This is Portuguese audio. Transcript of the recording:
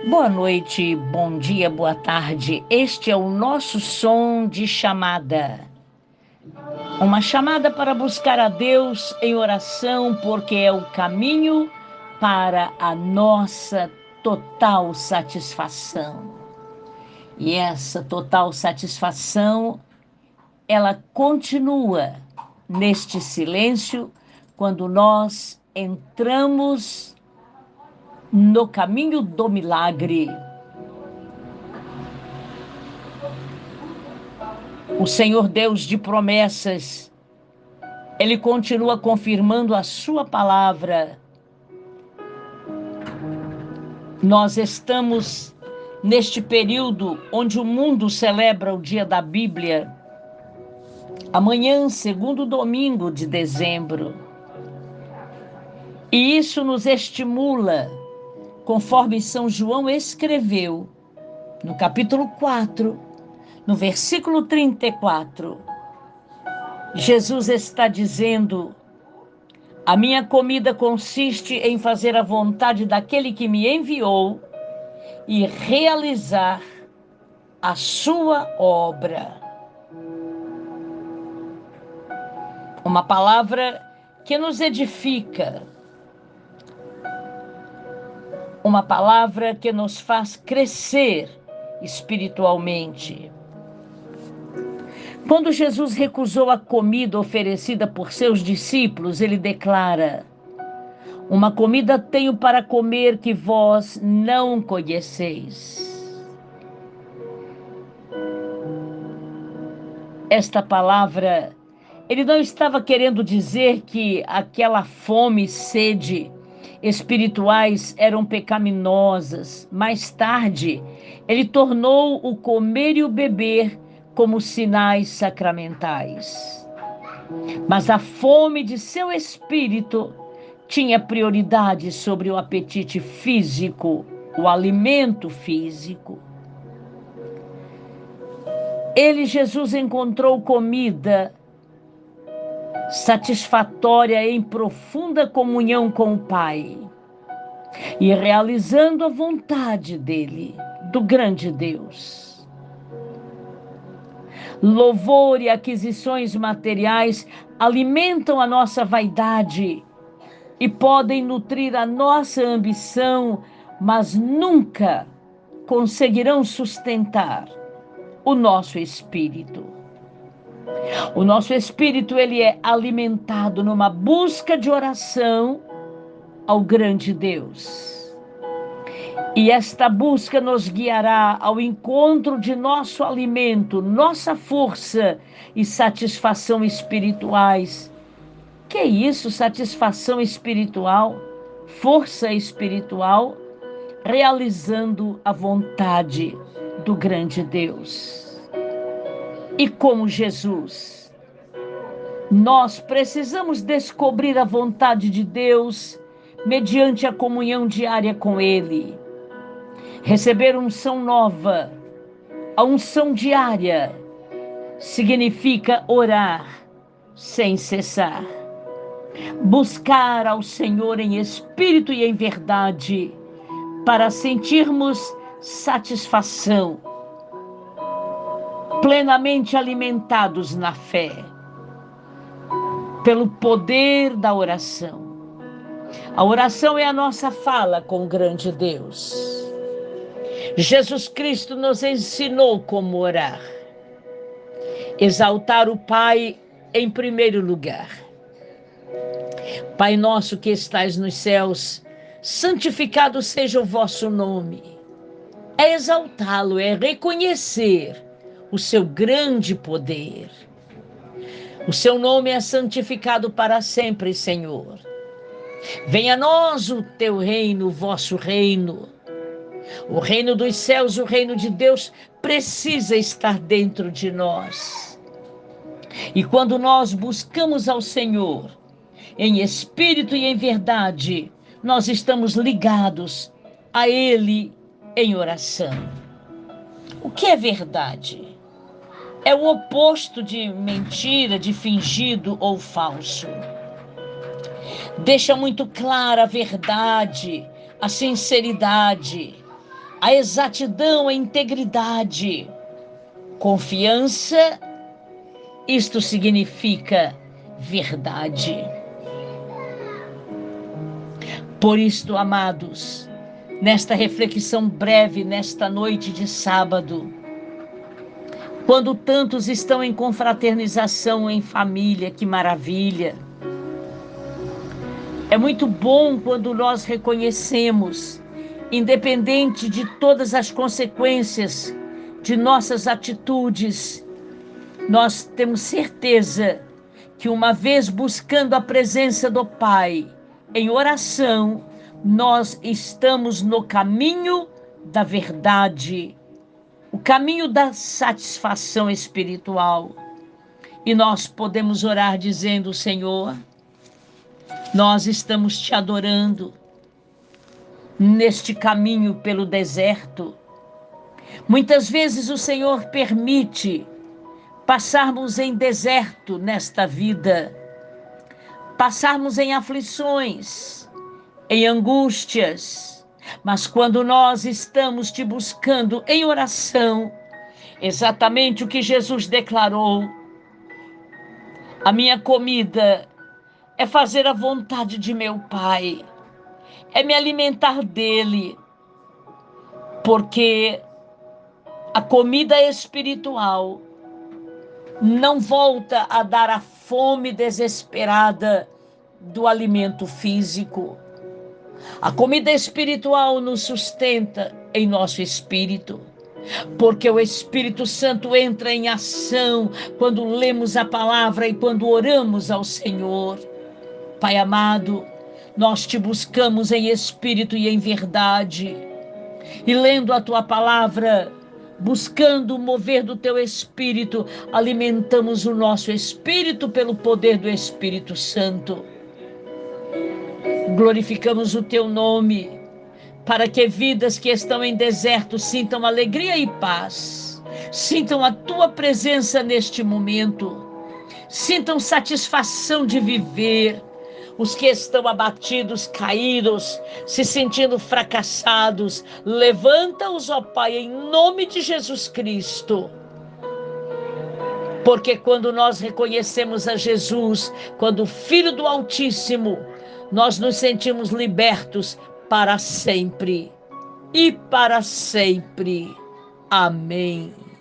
Boa noite, bom dia, boa tarde. Este é o nosso som de chamada. Uma chamada para buscar a Deus em oração, porque é o caminho para a nossa total satisfação. E essa total satisfação, ela continua neste silêncio quando nós entramos no caminho do milagre. O Senhor Deus de promessas, Ele continua confirmando a sua palavra. Nós estamos neste período onde o mundo celebra o dia da Bíblia. Amanhã, segundo domingo de dezembro. E isso nos estimula, conforme São João escreveu, no capítulo 4, no versículo 34. Jesus está dizendo: a minha comida consiste em fazer a vontade daquele que me enviou e realizar a sua obra. Uma palavra que nos edifica, uma palavra que nos faz crescer espiritualmente. Quando Jesus recusou a comida oferecida por seus discípulos, ele declara: uma comida tenho para comer que vós não conheceis. Esta palavra, ele não estava querendo dizer que aquela fome e sede espirituais eram pecaminosas. Mais tarde, ele tornou o comer e o beber como sinais sacramentais. Mas a fome de seu espírito tinha prioridade sobre o apetite físico, o alimento físico. Jesus, encontrou comida satisfatória em profunda comunhão com o Pai e realizando a vontade dele, do grande Deus. Louvor e aquisições materiais alimentam a nossa vaidade e podem nutrir a nossa ambição, mas nunca conseguirão sustentar o nosso espírito. O nosso espírito, ele é alimentado numa busca de oração ao grande Deus. E esta busca nos guiará ao encontro de nosso alimento, nossa força e satisfação espirituais. Que é isso, satisfação espiritual, força espiritual, realizando a vontade do grande Deus. E como Jesus, nós precisamos descobrir a vontade de Deus mediante a comunhão diária com Ele. Receber unção nova, a unção diária, significa orar sem cessar. Buscar ao Senhor em espírito e em verdade, para sentirmos satisfação, plenamente alimentados na fé, pelo poder da oração. A oração é a nossa fala com o grande Deus. Jesus Cristo nos ensinou como orar. Exaltar o Pai em primeiro lugar. Pai nosso que estais nos céus, santificado seja o vosso nome. É exaltá-lo, é reconhecer o seu grande poder. O seu nome é santificado para sempre, Senhor. Venha a nós o teu reino, o vosso reino. O reino dos céus, o reino de Deus, precisa estar dentro de nós. E quando nós buscamos ao Senhor, em espírito e em verdade, nós estamos ligados a Ele em oração. O que é verdade? É o oposto de mentira, de fingido ou falso. Deixa muito clara a verdade, a sinceridade, a exatidão, a integridade. Confiança, isto significa verdade. Por isto, amados, nesta reflexão breve, nesta noite de sábado, quando tantos estão em confraternização em família, que maravilha! É muito bom quando nós reconhecemos, independente de todas as consequências de nossas atitudes, nós temos certeza que uma vez buscando a presença do Pai, em oração, nós estamos no caminho da verdade, o caminho da satisfação espiritual. E nós podemos orar dizendo: Senhor, nós estamos te adorando neste caminho pelo deserto. Muitas vezes o Senhor permite passarmos em deserto nesta vida, passarmos em aflições, em angústias, mas quando nós estamos te buscando em oração, exatamente o que Jesus declarou: a minha comida é fazer a vontade de meu Pai, é me alimentar dele, porque a comida espiritual não volta a dar a fome desesperada do alimento físico. A comida espiritual nos sustenta em nosso espírito, porque o Espírito Santo entra em ação quando lemos a palavra e quando oramos ao Senhor. Pai amado, nós te buscamos em espírito e em verdade, e lendo a tua palavra, buscando o mover do teu Espírito, alimentamos o nosso espírito pelo poder do Espírito Santo. Glorificamos o teu nome, para que vidas que estão em deserto sintam alegria e paz, sintam a tua presença neste momento, sintam satisfação de viver. Os que estão abatidos, caídos, se sentindo fracassados, levanta-os, ó Pai, em nome de Jesus Cristo. Porque quando nós reconhecemos a Jesus, quando o Filho do Altíssimo, nós nos sentimos libertos para sempre e para sempre. Amém.